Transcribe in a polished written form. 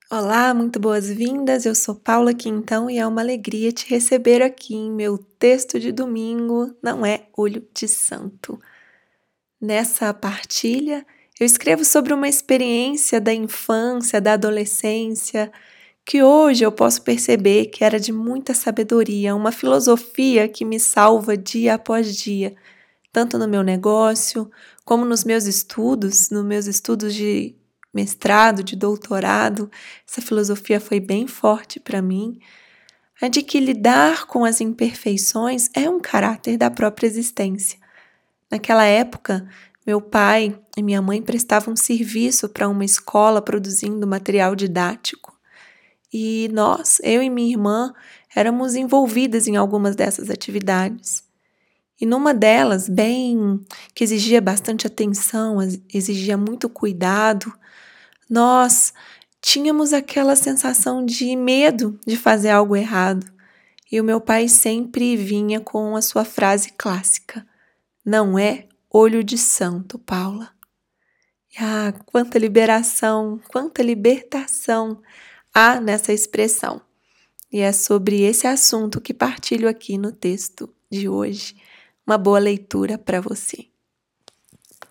Olá, muito boas-vindas. Eu sou Paula Quintão e é uma alegria te receber aqui em meu texto de domingo, Não é Olho de Santo. Nessa partilha, eu escrevo sobre uma experiência da infância, da adolescência, que hoje eu posso perceber que era de muita sabedoria, uma filosofia que me salva dia após dia, tanto no meu negócio, como nos meus estudos de mestrado, de doutorado. Essa filosofia foi bem forte para mim, a de que lidar com as imperfeições é um caráter da própria existência. Naquela época, meu pai e minha mãe prestavam serviço para uma escola produzindo material didático. E nós, eu e minha irmã, éramos envolvidas em algumas dessas atividades. E numa delas, que exigia bastante atenção, exigia muito cuidado, nós tínhamos aquela sensação de medo de fazer algo errado. E o meu pai sempre vinha com a sua frase clássica: "Não é olho de santo, Paula." Ah, quanta liberação, quanta libertação há nessa expressão. E é sobre esse assunto que partilho aqui no texto de hoje. Uma boa leitura para você.